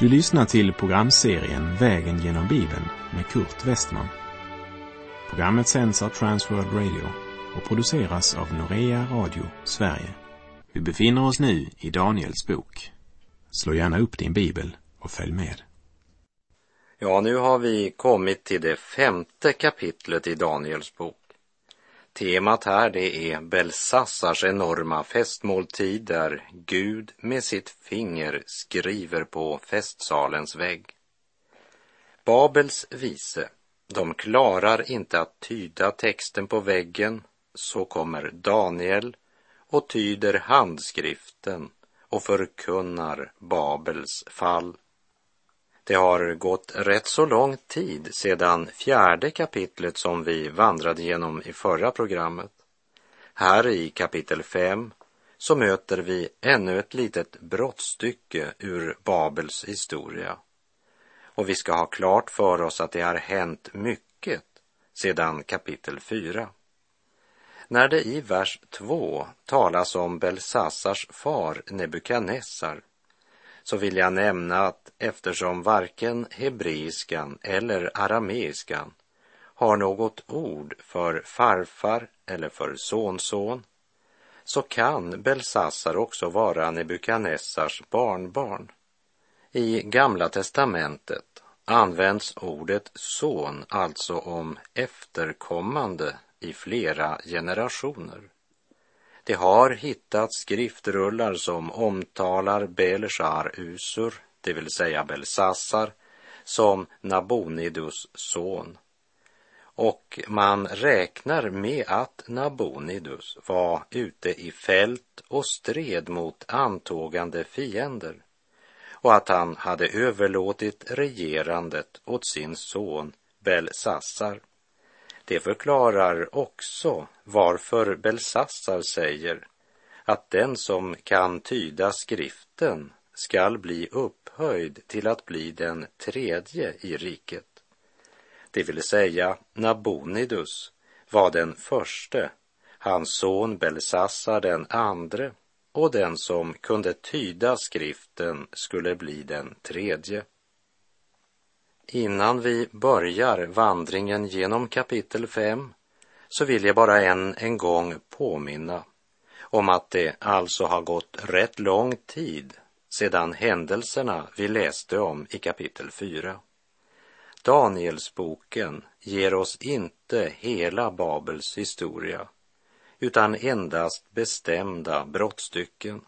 Du lyssnar till programserien Vägen genom Bibeln med Kurt Westman. Programmet sänds av Transworld Radio och produceras av Norea Radio Sverige. Vi befinner oss nu i Daniels bok. Slå gärna upp din bibel och följ med. Ja, nu har vi kommit till det 5:e kapitlet i Daniels bok. Temat här, det är Belsassars enorma festmåltid där Gud med sitt finger skriver på festsalens vägg. Babels vise, de klarar inte att tyda texten på väggen, så kommer Daniel och tyder handskriften och förkunnar Babels fall. Det har gått rätt så lång tid sedan 4:e kapitlet som vi vandrade genom i förra programmet. Här i kapitel 5 så möter vi ännu ett litet brottstycke ur Babels historia. Och vi ska ha klart för oss att det har hänt mycket sedan kapitel 4. När det i vers 2 talas om Belsassars far Nebukadnessar, så vill jag nämna att eftersom varken hebreiskan eller arameiskan har något ord för farfar eller för sonson, så kan Belsassar också vara Nebukadnessars barnbarn. I Gamla testamentet används ordet son alltså om efterkommande i flera generationer. Det har hittats skriftrullar som omtalar Belshazzar, det vill säga Belsassar, som Nabonidus son. Och man räknar med att Nabonidus var ute i fält och stred mot antågande fiender och att han hade överlåtit regerandet åt sin son Belsassar. Det förklarar också varför Belsassar säger att den som kan tyda skriften skall bli upphöjd till att bli den tredje i riket. Det vill säga Nabonidus var den förste, hans son Belsassar den andre och den som kunde tyda skriften skulle bli den tredje. Innan vi börjar vandringen genom kapitel 5 så vill jag bara en gång påminna om att det alltså har gått rätt lång tid sedan händelserna vi läste om i kapitel 4. Danielsboken ger oss inte hela Babels historia utan endast bestämda brottstycken.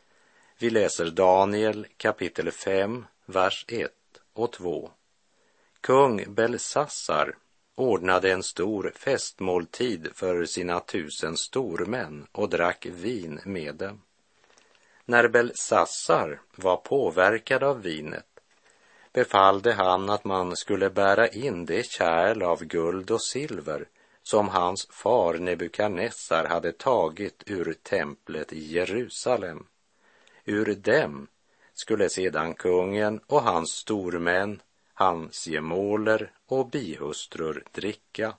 Vi läser Daniel kapitel 5, vers 1 och 2. Kung Belsassar ordnade en stor festmåltid för sina 1000 stormän och drack vin med dem. När Belsassar var påverkad av vinet befallde han att man skulle bära in det kärl av guld och silver som hans far Nebukadnessar hade tagit ur templet i Jerusalem. Ur dem skulle sedan kungen och hans stormän, hans gemåler och bihustrur dricka.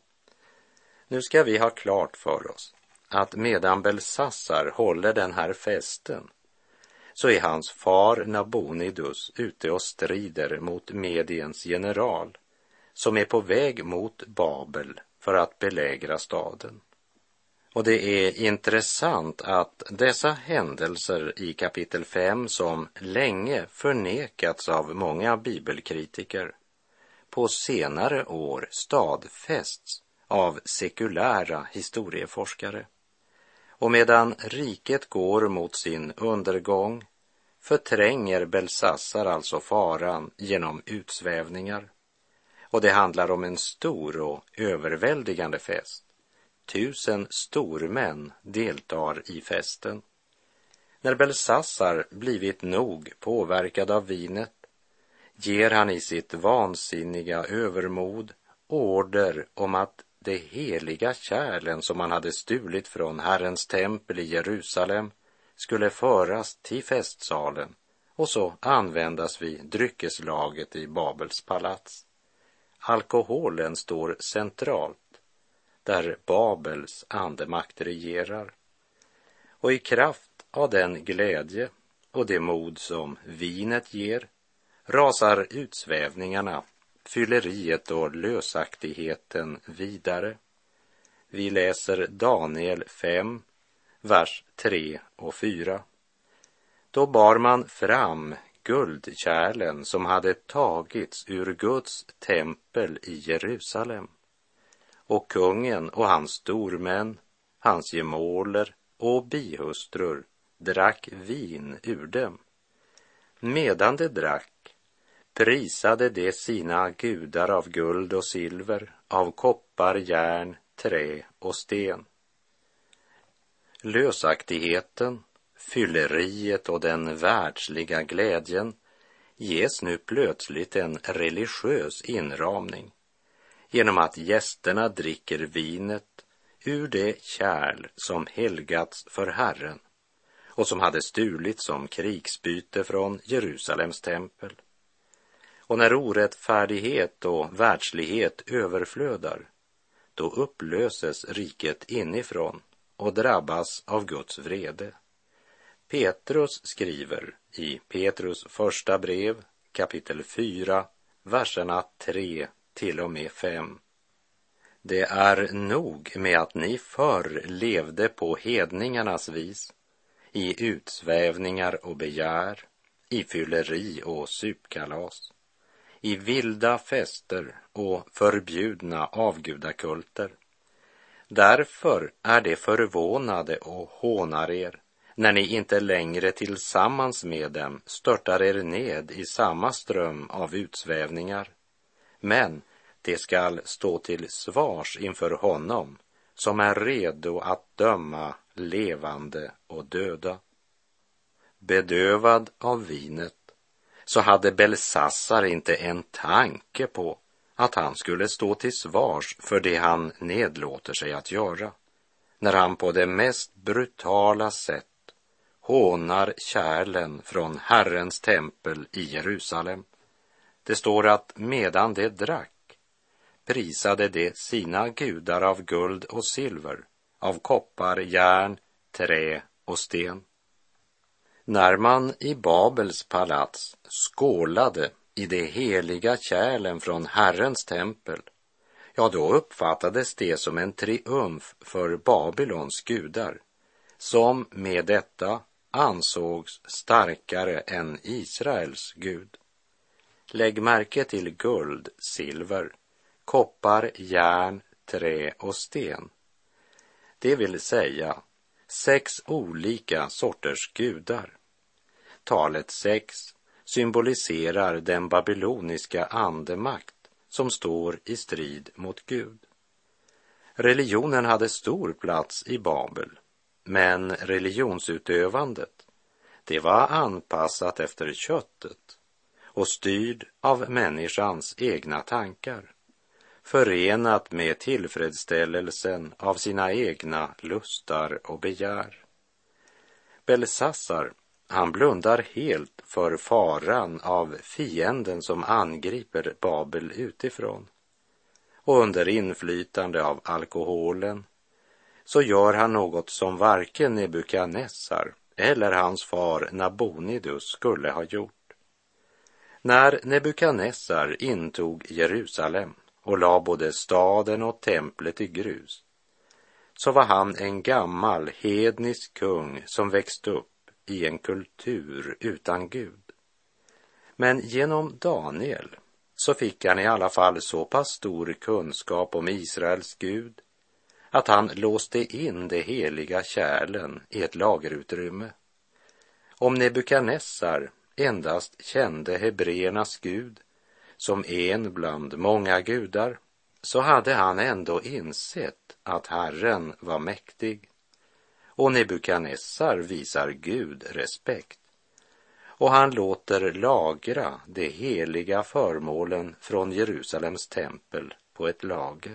Nu ska vi ha klart för oss att medan Belsassar håller den här festen så är hans far Nabonidus ute och strider mot Mediens general som är på väg mot Babel för att belägra staden. Och det är intressant att dessa händelser i kapitel 5 som länge förnekats av många bibelkritiker på senare år stadfästs av sekulära historieforskare. Och medan riket går mot sin undergång förtränger Belsassar alltså faran genom utsvävningar. Och det handlar om en stor och överväldigande fest. 1000 stormän deltar i festen. När Belsassar blivit nog påverkad av vinet ger han i sitt vansinniga övermod order om att de heliga kärlen som han hade stulit från Herrens tempel i Jerusalem skulle föras till festsalen och så användas vid dryckeslaget i Babels palats. Alkoholen står centralt där Babels andemakt regerar. Och i kraft av den glädje och det mod som vinet ger rasar utsvävningarna, fylleriet och lösaktigheten vidare. Vi läser Daniel 5, vers 3 och 4. Då bar man fram guldkärlen som hade tagits ur Guds tempel i Jerusalem. Och kungen och hans stormän, hans gemåler och bihustrur drack vin ur dem. Medan de drack prisade de sina gudar av guld och silver, av koppar, järn, trä och sten. Lösaktigheten, fylleriet och den världsliga glädjen ges nu plötsligt en religiös inramning genom att gästerna dricker vinet ur det kärl som helgats för Herren och som hade stulits som krigsbyte från Jerusalems tempel. Och när orättfärdighet och världslighet överflödar, då upplöses riket inifrån och drabbas av Guds vrede. Petrus skriver i Petrus första brev, kapitel 4, verserna 3 till och med 5. Det är nog med att ni förr levde på hedningarnas vis, i utsvävningar och begär, i fylleri och supkalas, i vilda fester och förbjudna avgudakulter. Därför är det förvånade och hånar er, när ni inte längre tillsammans med dem störtar er ned i samma ström av utsvävningar. Men det skall stå till svars inför honom som är redo att döma levande och döda. Bedövad av vinet så hade Belsassar inte en tanke på att han skulle stå till svars för det han nedlåter sig att göra, när han på det mest brutala sätt hånar kärlen från Herrens tempel i Jerusalem. Det står att medan de drack prisade de sina gudar av guld och silver, av koppar, järn, trä och sten. När man i Babels palats skålade i de heliga kärlen från Herrens tempel, ja, då uppfattades det som en triumf för Babylons gudar, som med detta ansågs starkare än Israels Gud. Lägg märke till guld, silver, koppar, järn, trä och sten. Det vill säga 6 olika sorters gudar. Talet 6 symboliserar den babyloniska andemakt som står i strid mot Gud. Religionen hade stor plats i Babel, men religionsutövandet, det var anpassat efter köttet och styrd av människans egna tankar, förenat med tillfredsställelsen av sina egna lustar och begär. Belsassar, han blundar helt för faran av fienden som angriper Babel utifrån. Och under inflytande av alkoholen så gör han något som varken Nebukadnessar eller hans far Nabonidus skulle ha gjort. När Nebukadnessar intog Jerusalem och la både staden och templet i grus, så var han en gammal hednisk kung som växte upp i en kultur utan Gud. Men genom Daniel så fick han i alla fall så pass stor kunskap om Israels Gud att han låste in de heliga kärlen i ett lagerutrymme. Om Nebukadnessar endast kände hebreernas Gud som en bland många gudar, så hade han ändå insett att Herren var mäktig. Och Nebukadnessar visar Gud respekt. Och han låter lagra de heliga föremålen från Jerusalems tempel på ett lager.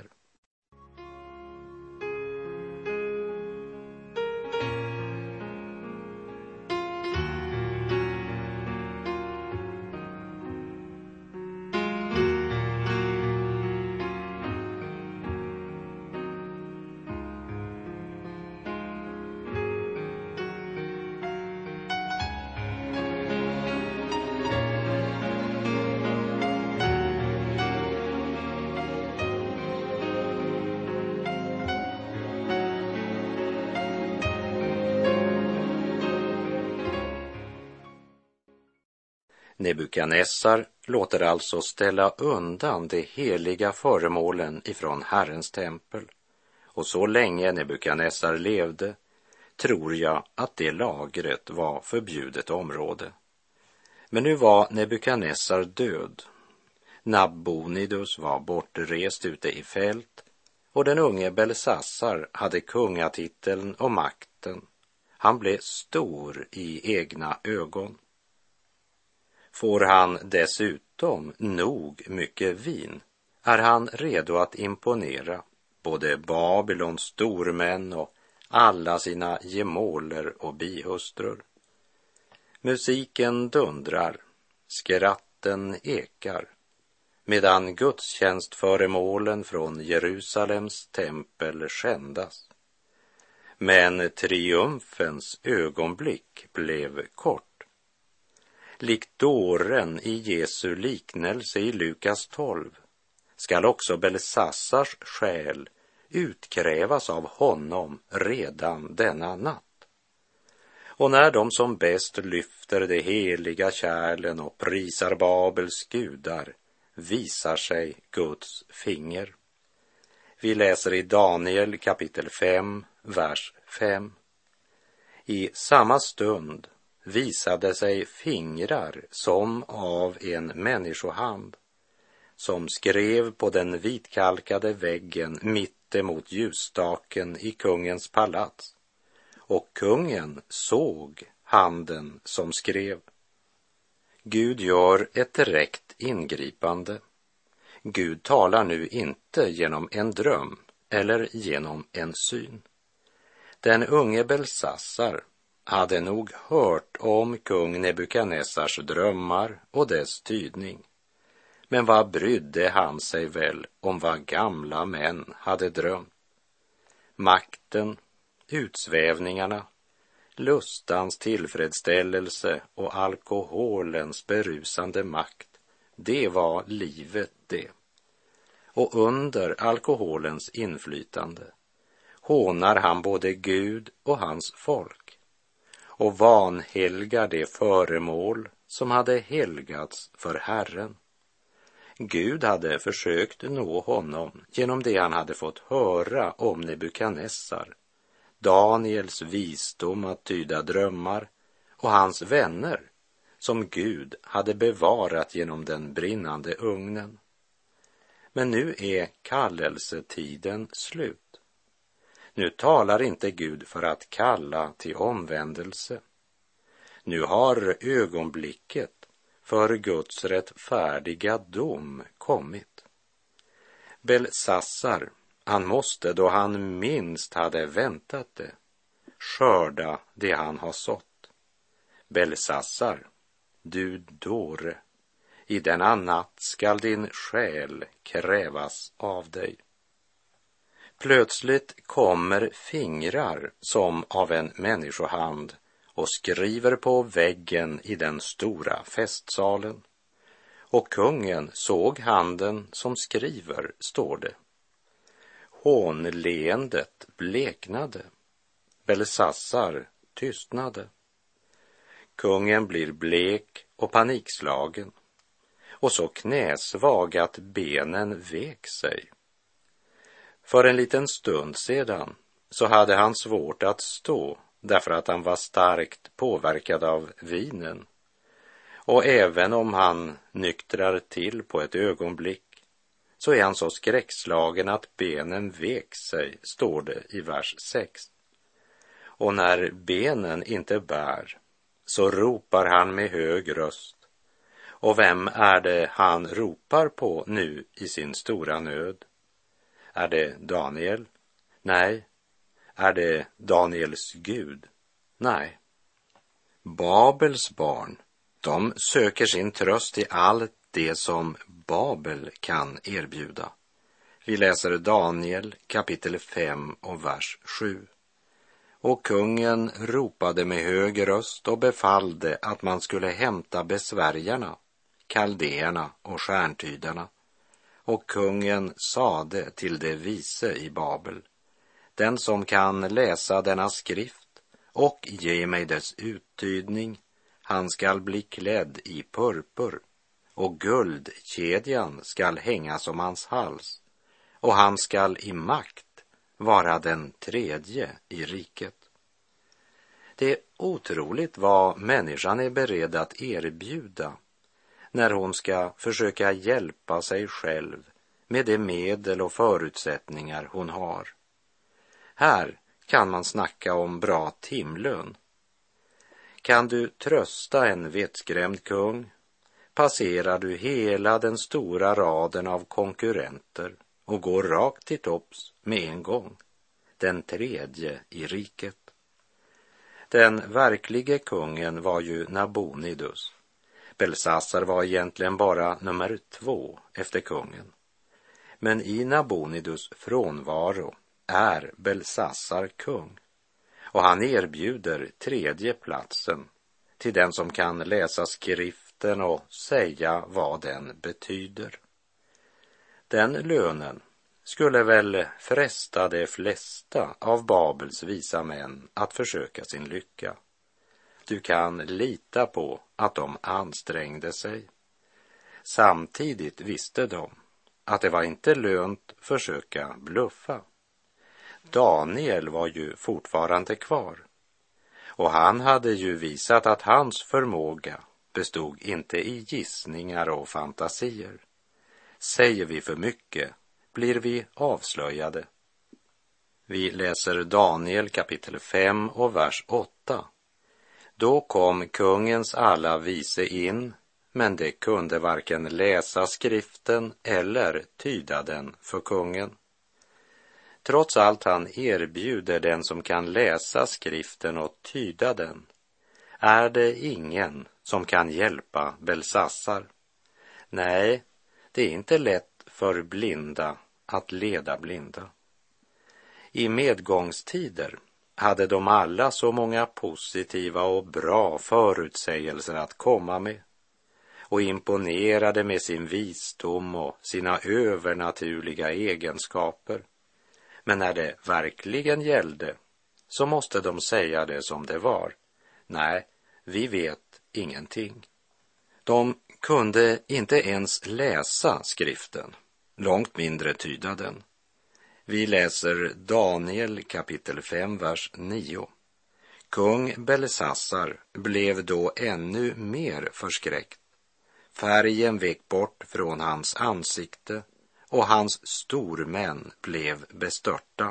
Nebukadnessar låter alltså ställa undan de heliga föremålen ifrån Herrens tempel. Och så länge Nebukadnessar levde tror jag att det lagret var förbjudet område. Men nu var Nebukadnessar död. Nabonidus var bortrest ute i fält och den unge Belsassar hade kungatiteln och makten. Han blev stor i egna ögon. Får han dessutom nog mycket vin är han redo att imponera både Babylons stormän och alla sina gemåler och bihustrur. Musiken dundrar, skratten ekar, medan gudstjänstföremålen från Jerusalems tempel skändas. Men triumfens ögonblick blev kort. Likt dåren i Jesu liknelse i Lukas 12 skall också Belsassars själ utkrävas av honom redan denna natt. Och när de som bäst lyfter de heliga kärlen och prisar Babels gudar visar sig Guds finger. Vi läser i Daniel kapitel 5, vers 5. I samma stund visade sig fingrar som av en människohand, som skrev på den vitkalkade väggen mitt emot ljusstaken i kungens palats. Och kungen såg handen som skrev. Gud gör ett direkt ingripande. Gud talar nu inte genom en dröm eller genom en syn. Den unge Belsassar hade nog hört om kung Nebukadnessars drömmar och dess tydning. Men vad brydde han sig väl om vad gamla män hade drömt? Makten, utsvävningarna, lustans tillfredsställelse och alkoholens berusande makt, det var livet det. Och under alkoholens inflytande hånar han både Gud och hans folk och vanhelgar det föremål som hade helgats för Herren. Gud hade försökt nå honom genom det han hade fått höra om Nebukadnessar, Daniels visdom att tyda drömmar och hans vänner som Gud hade bevarat genom den brinnande ugnen. Men nu är kallelsetiden slut. Nu talar inte Gud för att kalla till omvändelse. Nu har ögonblicket för Guds rättfärdiga dom kommit. Belsassar, han måste då han minst hade väntat det skörda det han har sått. Belsassar, du dåre, i denna natt skall din själ krävas av dig. Plötsligt kommer fingrar som av en människohand och skriver på väggen i den stora festsalen. Och kungen såg handen som skriver, står det. Hånleendet bleknade. Belsassar tystnade. Kungen blir blek och panikslagen och så knäsvag att benen vek sig. För en liten stund sedan så hade han svårt att stå därför att han var starkt påverkad av vinen. Och även om han nyktrar till på ett ögonblick så är han så skräckslagen att benen vek sig, står det i vers 6. Och när benen inte bär så ropar han med hög röst. Och vem är det han ropar på nu i sin stora nöd? Är det Daniel? Nej. Är det Daniels Gud? Nej. Babels barn, de söker sin tröst i allt det som Babel kan erbjuda. Vi läser Daniel kapitel 5 och vers 7. Och kungen ropade med hög röst och befallde att man skulle hämta besvärjarna, kaldéerna och stjärntydarna. Och kungen sade till de vise i Babel: den som kan läsa denna skrift och ge mig dess uttydning, han skall bli klädd i purpur, och guldkedjan skall hängas om hans hals, och han skall i makt vara den tredje i riket. Det är otroligt vad människan är beredd att erbjuda när hon ska försöka hjälpa sig själv med de medel och förutsättningar hon har. Här kan man snacka om bra timlön. Kan du trösta en vettskrämd kung, passerar du hela den stora raden av konkurrenter och går rakt till topps med en gång, den tredje i riket. Den verklige kungen var ju Nabonidus. Belsassar var egentligen bara nummer 2 efter kungen. Men i Nabonidus frånvaro är Belsassar kung. Och han erbjuder tredje platsen till den som kan läsa skriften och säga vad den betyder. Den lönen skulle väl fresta de flesta av Babels visa män att försöka sin lycka. Du kan lita på att de ansträngde sig. Samtidigt visste de att det var inte lönt försöka bluffa. Daniel var ju fortfarande kvar, och han hade ju visat att hans förmåga bestod inte i gissningar och fantasier. Säger vi för mycket blir vi avslöjade. Vi läser Daniel kapitel 5 och vers 8. Då kom kungens alla vise in, men de kunde varken läsa skriften eller tyda den för kungen. Trots allt han erbjuder den som kan läsa skriften och tyda den, är det ingen som kan hjälpa Belsassar. Nej, det är inte lätt för blinda att leda blinda. I medgångstider hade de alla så många positiva och bra förutsägelser att komma med, och imponerade med sin visdom och sina övernaturliga egenskaper. Men när det verkligen gällde så måste de säga det som det var. Nej, vi vet ingenting. De kunde inte ens läsa skriften, långt mindre tyda den. Vi läser Daniel kapitel 5, vers 9. Kung Belsassar blev då ännu mer förskräckt. Färgen vek bort från hans ansikte och hans stormän blev bestörta.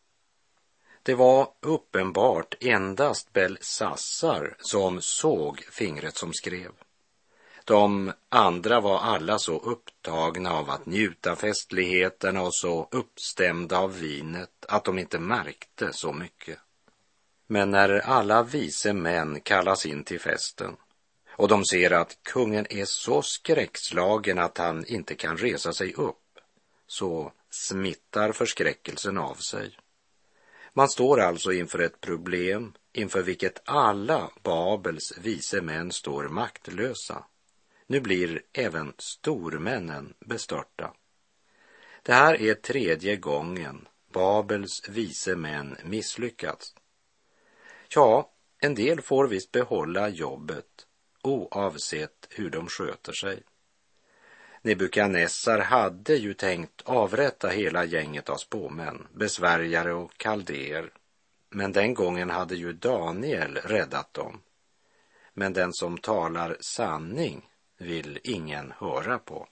Det var uppenbart endast Belsassar som såg fingret som skrev. De andra var alla så upptagna av att njuta festligheterna och så uppstämda av vinet att de inte märkte så mycket. Men när alla vise män kallas in till festen och de ser att kungen är så skräckslagen att han inte kan resa sig upp, så smittar förskräckelsen av sig. Man står alltså inför ett problem inför vilket alla Babels vise män står maktlösa. Nu blir även stormännen bestörta. Det här är tredje gången Babels vise män misslyckats. Ja, en del får visst behålla jobbet oavsett hur de sköter sig. Nebukadnessar hade ju tänkt avrätta hela gänget av spåmän, besvärjare och kaldéer. Men den gången hade ju Daniel räddat dem. Men den som talar sanning vill ingen höra på.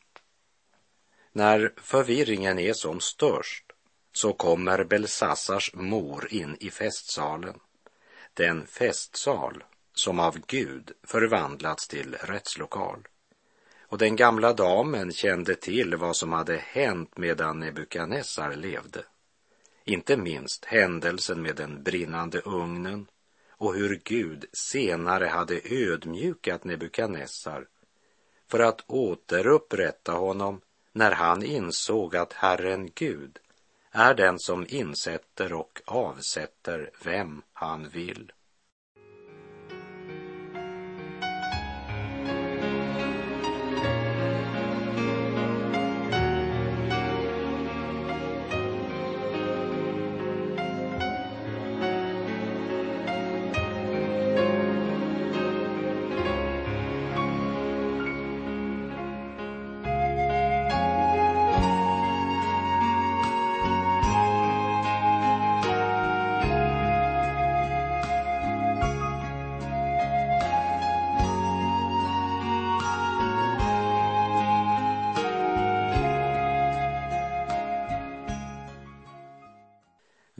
När förvirringen är som störst så kommer Belsassars mor in i festsalen. Den festsal som av Gud förvandlats till rättslokal. Och den gamla damen kände till vad som hade hänt medan Nebukadnessar levde. Inte minst händelsen med den brinnande ugnen och hur Gud senare hade ödmjukat Nebukadnessar för att återupprätta honom när han insåg att Herren Gud är den som insätter och avsätter vem han vill.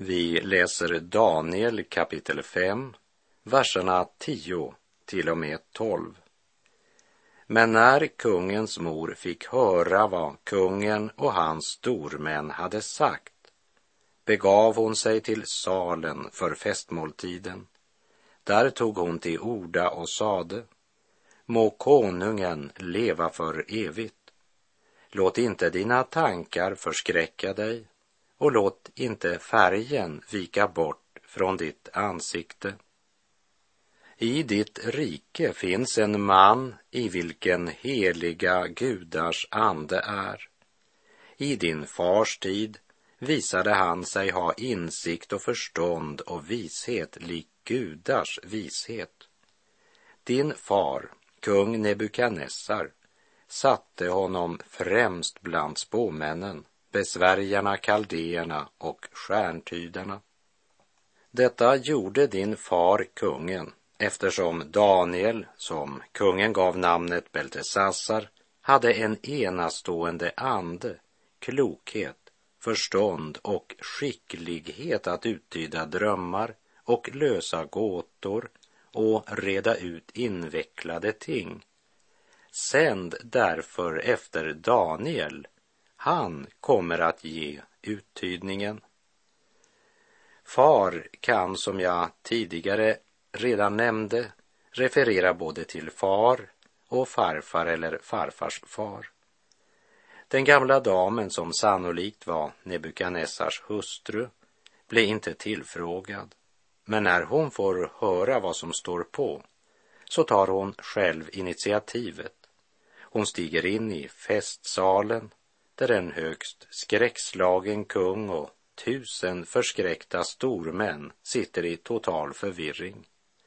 Vi läser Daniel kapitel 5, verserna 10 till och med 12. Men när kungens mor fick höra vad kungen och hans stormän hade sagt, begav hon sig till salen för festmåltiden. Där tog hon till orda och sade: Må konungen leva för evigt. Låt inte dina tankar förskräcka dig, och låt inte färgen vika bort från ditt ansikte. I ditt rike finns en man i vilken heliga gudars ande är. I din fars tid visade han sig ha insikt och förstånd och vishet lik gudars vishet. Din far, kung Nebukadnessar, satte honom främst bland spåmännen, besvärjarna, kaldéerna och stjärntydarna. Detta gjorde din far kungen, eftersom Daniel, som kungen gav namnet Beltesassar, hade en enastående ande, klokhet, förstånd och skicklighet att uttyda drömmar och lösa gåtor och reda ut invecklade ting. Sänd därför efter Daniel, han kommer att ge uttydningen. Far kan, som jag tidigare redan nämnde, referera både till far och farfar eller farfars far. Den gamla damen, som sannolikt var Nebukadnessars hustru, blev inte tillfrågad, men när hon får höra vad som står på, så tar hon själv initiativet. Hon stiger in i festsalen, där en högst skräckslagen kung och 1000 förskräckta stormän sitter i total förvirring.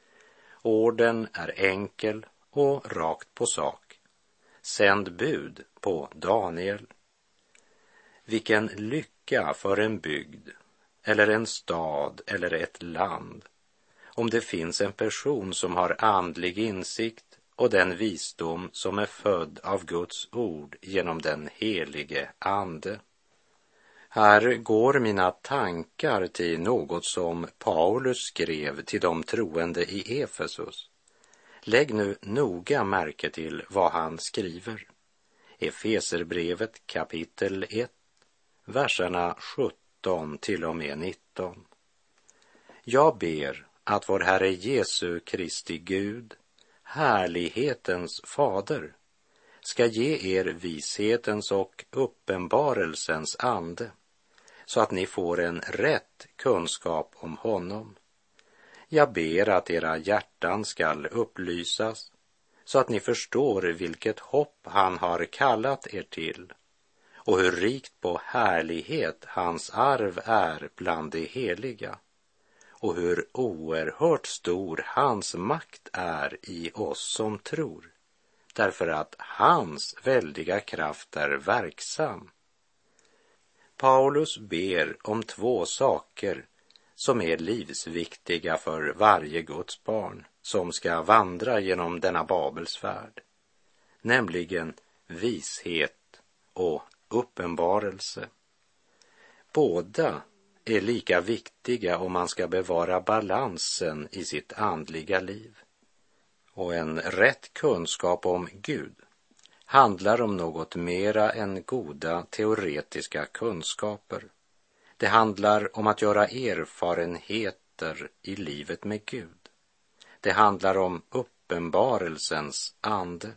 Orden är enkel och rakt på sak. Sänd bud på Daniel. Vilken lycka för en bygd, eller en stad eller ett land, om det finns en person som har andlig insikt och den visdom som är född av Guds ord genom den helige ande. Här går mina tankar till något som Paulus skrev till de troende i Efesus. Lägg nu noga märke till vad han skriver. Efeserbrevet kapitel 1, verserna 17 till och med 19. Jag ber att vår Herre Jesu Kristi Gud, härlighetens fader, ska ge er vishetens och uppenbarelsens ande, så att ni får en rätt kunskap om honom. Jag ber att era hjärtan skall upplysas, så att ni förstår vilket hopp han har kallat er till, och hur rikt på härlighet hans arv är bland de heliga, och hur oerhört stor hans makt är i oss som tror, därför att hans väldiga kraft är verksam. Paulus ber om 2 saker som är livsviktiga för varje Guds barn som ska vandra genom denna Babels värld, nämligen vishet och uppenbarelse. Båda är lika viktiga om man ska bevara balansen i sitt andliga liv. Och en rätt kunskap om Gud handlar om något mera än goda teoretiska kunskaper. Det handlar om att göra erfarenheter i livet med Gud. Det handlar om uppenbarelsens ande.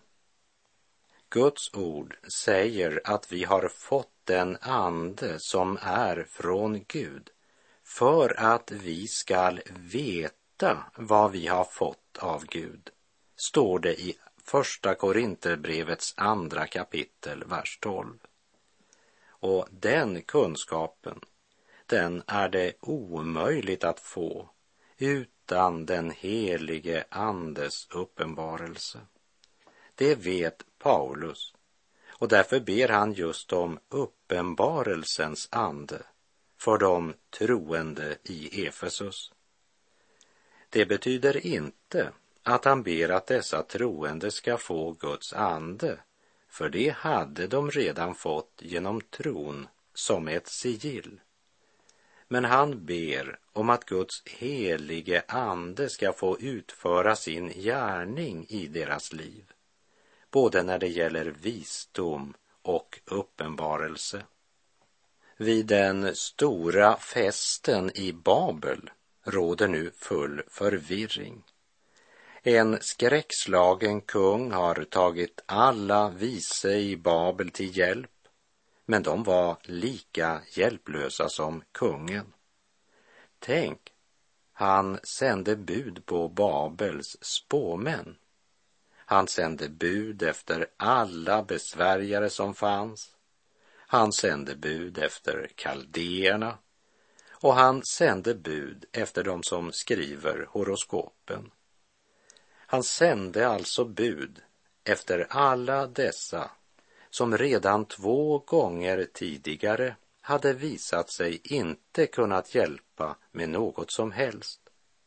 Guds ord säger att vi har fått den ande som är från Gud för att vi skall veta vad vi har fått av Gud, står det i Första Korinterbrevets 2 kapitel, vers 12. Och den kunskapen, den är det omöjligt att få utan den helige andes uppenbarelse. Det vet Paulus, och därför ber han just om uppenbarelsens ande för de troende i Efesus. Det betyder inte att han ber att dessa troende ska få Guds ande, för det hade de redan fått genom tron som ett sigill. Men han ber om att Guds helige ande ska få utföra sin gärning i deras liv, både när det gäller visdom och uppenbarelse. Vid den stora festen i Babel råder nu full förvirring. En skräckslagen kung har tagit alla vise i Babel till hjälp, men de var lika hjälplösa som kungen. Tänk, han sände bud på Babels spåmän. Han sände bud efter alla besvärjare som fanns. Han sände bud efter kaldéerna. Och han sände bud efter de som skriver horoskopen. Han sände alltså bud efter alla dessa som redan 2 gånger tidigare hade visat sig inte kunnat hjälpa med något som helst.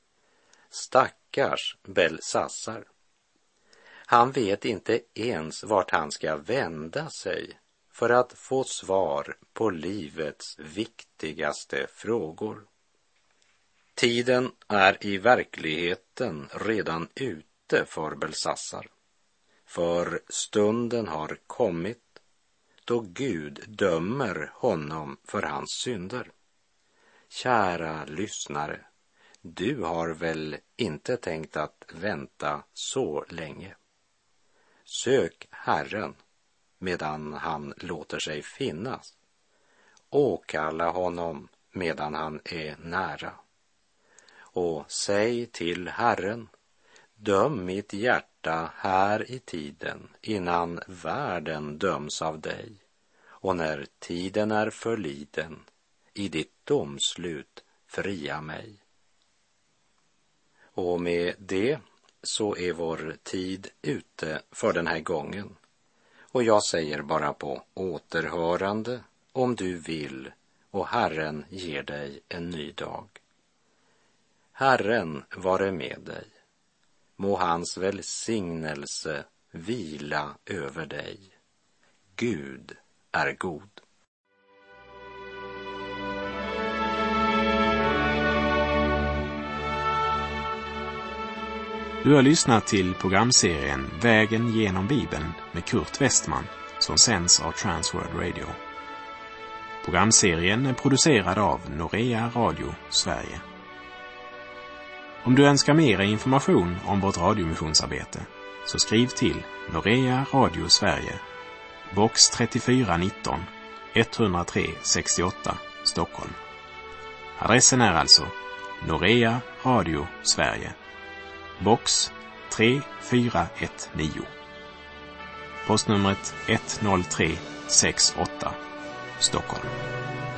Stackars Belsassar. Han vet inte ens vart han ska vända sig för att få svar på livets viktigaste frågor. Tiden är i verkligheten redan ute för Belsassar. För stunden har kommit då Gud dömer honom för hans synder. Kära lyssnare, du har väl inte tänkt att vänta så länge? Sök Herren medan han låter sig finnas. Åkalla honom medan han är nära. Och säg till Herren: döm mitt hjärta här i tiden innan världen döms av dig, och när tiden är förliden, i ditt domslut fria mig. Och med det så är vår tid ute för den här gången. Och jag säger bara på återhörande om du vill, och Herren ger dig en ny dag. Herren vare med dig. Må hans välsignelse vila över dig. Gud är god. Du har lyssnat till programserien Vägen genom Bibeln med Kurt Westman som sänds av Transworld Radio. Programserien är producerad av Norea Radio Sverige. Om du önskar mer information om vårt radiomissionsarbete så skriv till Norea Radio Sverige, box 3419 103 68 Stockholm. Adressen är alltså Norea Radio Sverige, box 3419. Postnumret 10368 Stockholm.